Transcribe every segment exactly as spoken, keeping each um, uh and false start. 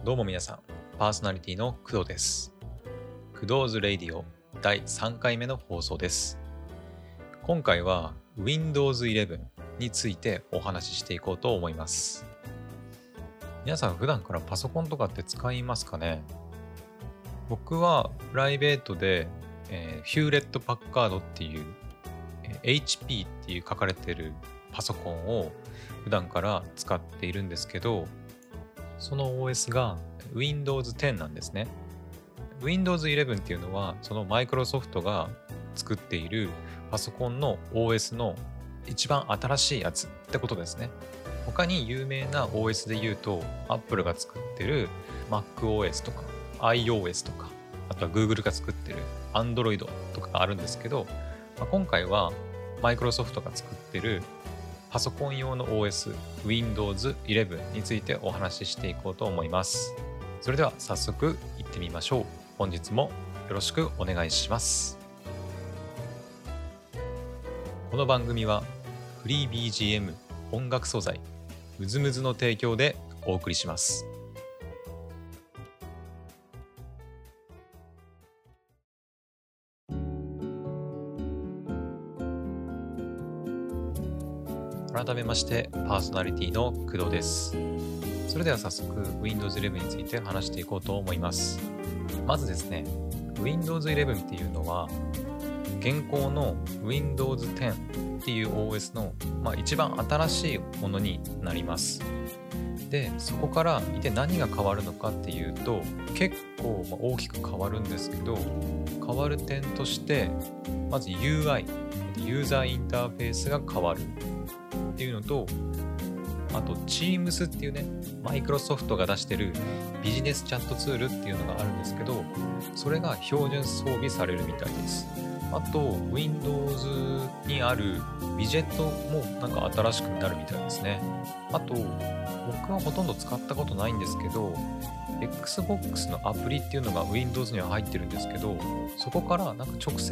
どうも皆さん、パーソナリティの工藤です。工藤ズレイディオだいさんかいめの放送です。今回は ウィンドウズイレブン についてお話ししていこうと思います。皆さん普段からパソコンとかって使いますかね？僕はプライベートで、えー、ヒューレット・パッカードっていう、えー、エイチピー っていう書かれてるパソコンを普段から使っているんですけど、その オーエス が ウィンドウズテン なんですね。ウィンドウズイレブン っていうのはそのマイクロソフトが作っているパソコンの オーエス の一番新しいやつってことですね。他に有名な オーエス で言うと Apple が作ってる MacOS とか iOS とか、あとは Google が作ってる Android とかがあるんですけど、まあ、今回はマイクロソフトが作ってるパソコン用の オーエス ウィンドウズイレブン についてお話ししていこうと思います。それでは早速いってみましょう。本日もよろしくお願いします。この番組はフリー ビージーエム 音楽素材ムズムズの提供でお送りします。改めましてパーソナリティの工藤です。それでは早速 ウィンドウズイレブン について話していこうと思います。まずですね、ウィンドウズイレブン っていうのは現行の ウィンドウズテン っていう オーエス の、まあ、一番新しいものになります。で、そこから一体何が変わるのかっていうと、結構大きく変わるんですけど、変わる点としてまず ユーアイ、ユーザーインターフェースが変わるっていうのと、あと Teams っていうね、マイクロソフトが出してるビジネスチャットツールっていうのがあるんですけど、それが標準装備されるみたいです。あと Windows にあるウィジェットもなんか新しくなるみたいですね。あと僕はほとんど使ったことないんですけど、 Xbox のアプリっていうのが Windows には入ってるんですけど、そこからなんか直接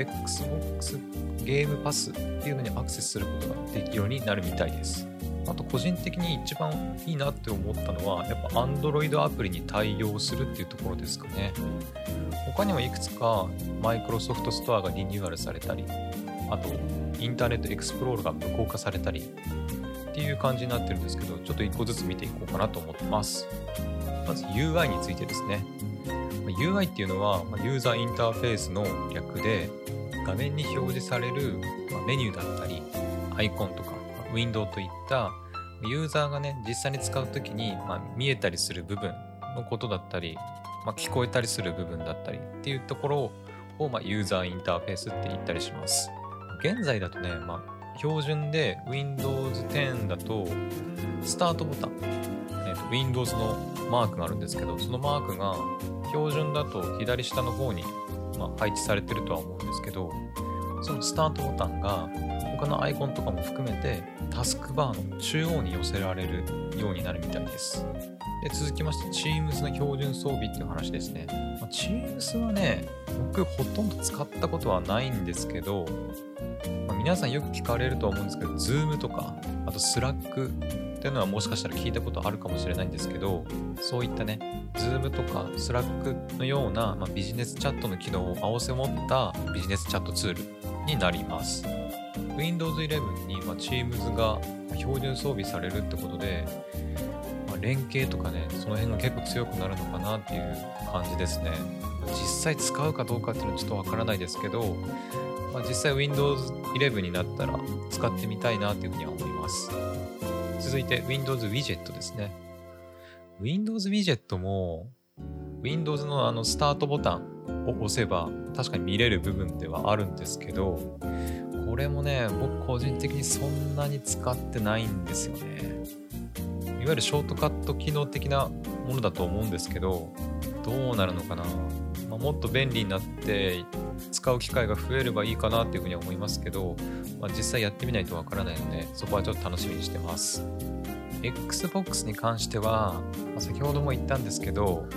Xbox ゲームパスっていうのにアクセスすることができるようになるみたいです。あと個人的に一番いいなって思ったのはやっぱ Android アプリに対応するっていうところですかね。他にもいくつかマイクロソフトストアがリニューアルされたり、あとインターネットエクスプロールが無効化されたりっていう感じになってるんですけど、ちょっと一個ずつ見ていこうかなと思ってます。まず ユーアイ についてですね。 ユーアイ っていうのはユーザーインターフェースの略で、画面に表示されるメニューだったりアイコンとかウィンドウといったユーザーがね実際に使うときに、まあ、見えたりする部分のことだったり、まあ、聞こえたりする部分だったりっていうところを、まあ、ユーザーインターフェースって言ったりします。現在だとね、まあ、標準で ウィンドウズテン だとスタートボタン、えーと、Windows のマークがあるんですけど、そのマークが標準だと左下の方に、まあ、配置されてるとは思うんですけど、そのスタートボタンが他のアイコンとかも含めてタスクバーの中央に寄せられるようになるみたいです。で、続きまして Teams の標準装備っていう話ですね。まあ、Teams はね、僕ほとんど使ったことはないんですけど、まあ、皆さんよく聞かれると思うんですけど、Zoom とかあと Slack っていうのはもしかしたら聞いたことあるかもしれないんですけど、そういったね Zoom とか Slack のような、まあ、ビジネスチャットの機能を併せ持ったビジネスチャットツールになります。ウィンドウズイレブン に、まあ、Teams が標準装備されるってことで、まあ、連携とかね、その辺が結構強くなるのかなっていう感じですね。実際使うかどうかっていうのはちょっとわからないですけど、まあ、実際 ウィンドウズイレブン になったら使ってみたいなっていうふうには思います。続いて Windows ウィジェットですね。Windows ウィジェットも Windows のあのスタートボタンを押せば確かに見れる部分ではあるんですけど、これもね、僕個人的にそんなに使ってないんですよね。いわゆるショートカット機能的なものだと思うんですけど、どうなるのかな、まあ、もっと便利になって使う機会が増えればいいかなっていうふうには思いますけど、まあ、実際やってみないとわからないので、そこはちょっと楽しみにしてます。 Xbox に関しては、まあ、先ほども言ったんですけど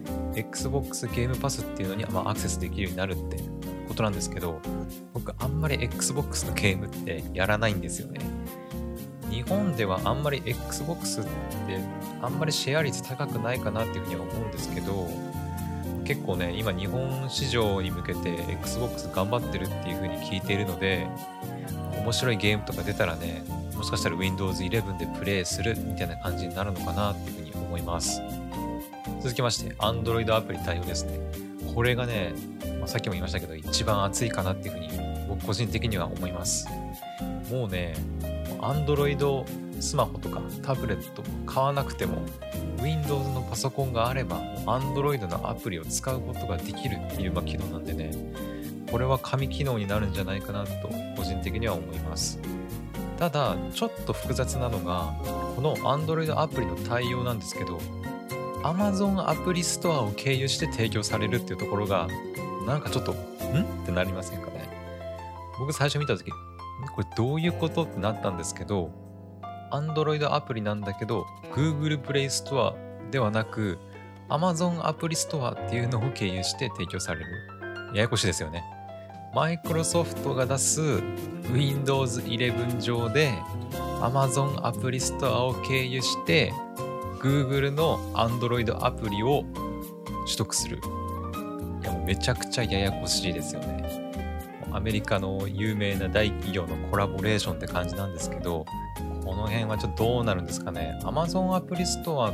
Xbox ゲームパスっていうのに、まあ、アクセスできるようになるってことなんですけど、僕あんまり Xbox のゲームってやらないんですよね。に日本ではあんまり Xbox ってあんまりシェア率高くないかなっていうふうには思うんですけど、結構ね今日本市場に向けて Xbox 頑張ってるっていうふうに聞いているので、面白いゲームとか出たらね、もしかしたら ウィンドウズイレブン でプレイするみたいな感じになるのかなっていうふうに思います。続きまして Android アプリ対応ですね。これがね、まあ、さっきも言いましたけど一番熱いかなっていうふうに僕個人的には思います。もうね Android スマホとかタブレット買わなくても Windows のパソコンがあれば Android のアプリを使うことができるっていう、まあ、機能なんでね、これは神機能になるんじゃないかなと個人的には思います。ただちょっと複雑なのがこの Android アプリの対応なんですけど、 Amazon アプリストアを経由して提供されるっていうところがなんかちょっとんってなりませんかね。僕最初見た時これどういうことってなったんですけど、 Android アプリなんだけど Google Play Store ではなく Amazon アプリストアっていうのを経由して提供される。ややこしいですよね。マイクロソフトが出す ウィンドウズイレブン 上で Amazon アプリストアを経由して Google の Android アプリを取得する。いやもうめちゃくちゃややこしいですよね。アメリカの有名な大企業のコラボレーションって感じなんですけど、この辺はちょっとどうなるんですかね。 Amazon アプリストアって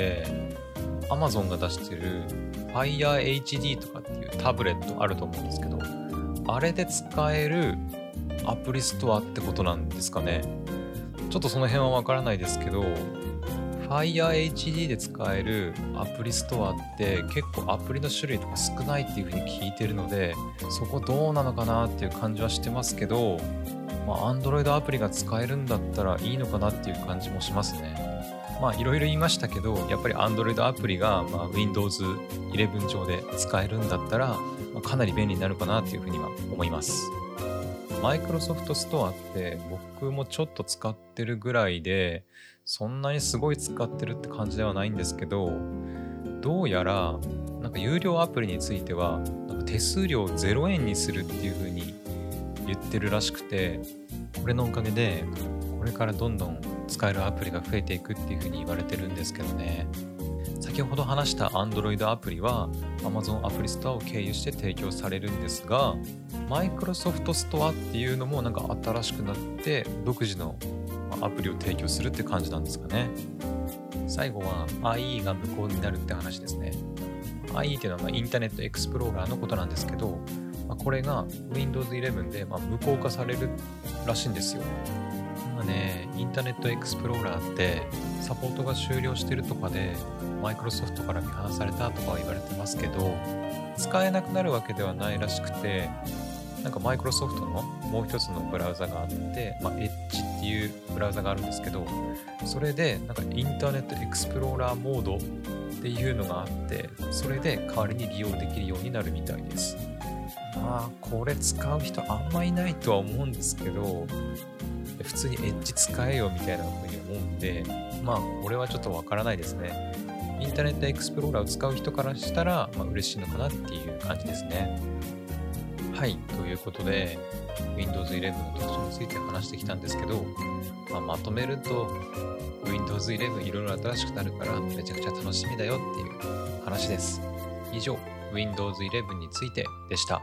Amazon が出してる Fire エイチディー とかっていうタブレットあると思うんですけど、あれで使えるアプリストアってことなんですかね。ちょっとその辺はわからないですけど、Fire エイチディー で使えるアプリストアって結構アプリの種類とか少ないっていう風に聞いてるので、そこどうなのかなっていう感じはしてますけど、まあ Android アプリが使えるんだったらいいのかなっていう感じもしますね。まあいろいろ言いましたけど、やっぱり Android アプリがまあ ウィンドウズイレブン 上で使えるんだったら、まあ、かなり便利になるかなっていうふうには思います。マイクロソフトストアって僕もちょっと使ってるぐらいで、そんなにすごい使ってるって感じではないんですけど、どうやらなんか有料アプリについてはなんか手数料ゼロえんにするっていうふうに言ってるらしくて、これのおかげでこれからどんどん使えるアプリが増えていくっていうふうに言われてるんですけどね。先ほど話した Android アプリは Amazon アプリストアを経由して提供されるんですが、Microsoft Store っていうのもなんか新しくなって独自のアプリを提供するって感じなんですかね。最後は アイイー が無効になるって話ですね。アイイー っていうのはインターネットエクスプローラーのことなんですけど、これが ウィンドウズイレブン で無効化されるらしいんですよ。今ね、インターネットエクスプローラーってサポートが終了してるとかでマイクロソフトから見放されたとかは言われてますけど、使えなくなるわけではないらしくて、なんかマイクロソフトのもう一つのブラウザがあって、まあ、エッジっていうブラウザがあるんですけど、それでなんかインターネットエクスプローラーモードっていうのがあって、それで代わりに利用できるようになるみたいです。まあこれ使う人あんまいないとは思うんですけど、普通にエッジ使えよみたいな風に思うんで、まあこれはちょっとわからないですね。インターネットエクスプローラーを使う人からしたら、まあ、嬉しいのかなっていう感じですね。はい、ということで ウィンドウズイレブン の特徴について話してきたんですけど、まあ、まとめると ウィンドウズイレブン いろいろ新しくなるからめちゃくちゃ楽しみだよっていう話です。以上 ウィンドウズイレブン についてでした。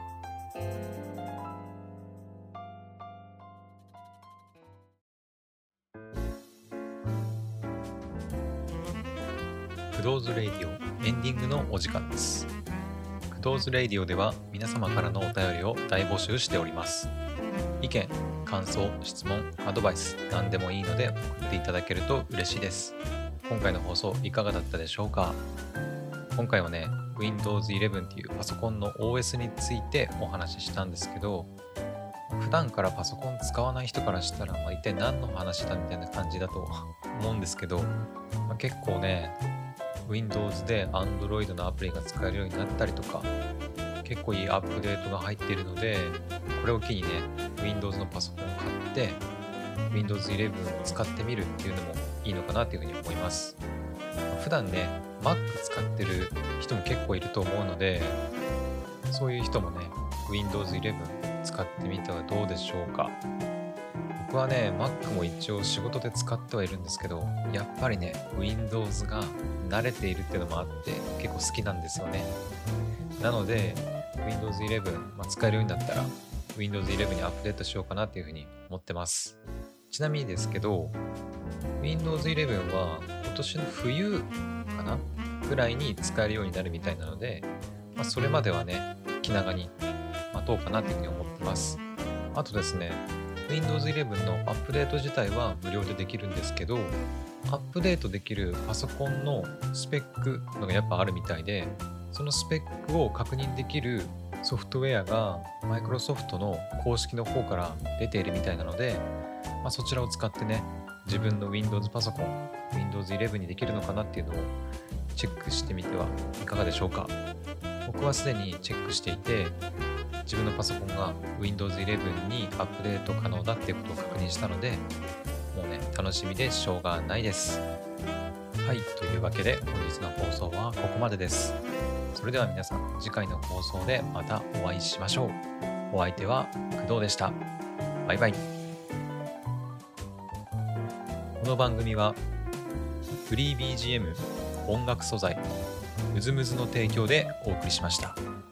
クドーズレイディオエンディングのお時間です。クドーズレイディオでは皆様からのお便りを大募集しております。意見、感想、質問、アドバイス、何でもいいので送っていただけると嬉しいです。今回の放送いかがだったでしょうか。今回はね、ウィンドウズイレブン っていうパソコンの オーエス についてお話ししたんですけど、普段からパソコン使わない人からしたら、まあ、一体何の話だみたいな感じだと思うんですけど、まあ、結構ねWindows で Android のアプリが使えるようになったりとか、結構いいアップデートが入っているので、これを機にね Windows のパソコンを買って ウィンドウズイレブン を使ってみるっていうのもいいのかなというふうに思います。普段ね Mac 使ってる人も結構いると思うので、そういう人もね ウィンドウズイレブン 使ってみてはどうでしょうか。 僕はね、Mac も一応仕事で使ってはいるんですけど、やっぱりね、Windows が慣れているっていうのもあって結構好きなんですよね。なので、Windows イレブン、まあ、使えるようになったら Windows イレブンにアップデートしようかなっていうふうに思ってます。ちなみにですけど、Windows イレブンは今年の冬かなぐらいに使えるようになるみたいなので、まあ、それまではね、気長に待とうかなというふうに思ってます。あとですね、Windows イレブンのアップデート自体は無料でできるんですけど、アップデートできるパソコンのスペックのがやっぱあるみたいで、そのスペックを確認できるソフトウェアが Microsoft の公式の方から出ているみたいなので、まあ、そちらを使ってね、自分の Windows パソコン、Windows イレブンにできるのかなっていうのをチェックしてみてはいかがでしょうか。僕はすでにチェックしていて、自分のパソコンが Windows イレブンにアップデート可能だっていうことを確認したので、もうね、楽しみでしょうがないです。はい、というわけで本日の放送はここまでです。それでは皆さん、次回の放送でまたお会いしましょう。お相手は工藤でした。バイバイ。この番組はフリー ビージーエム 音楽素材ムズムズの提供でお送りしました。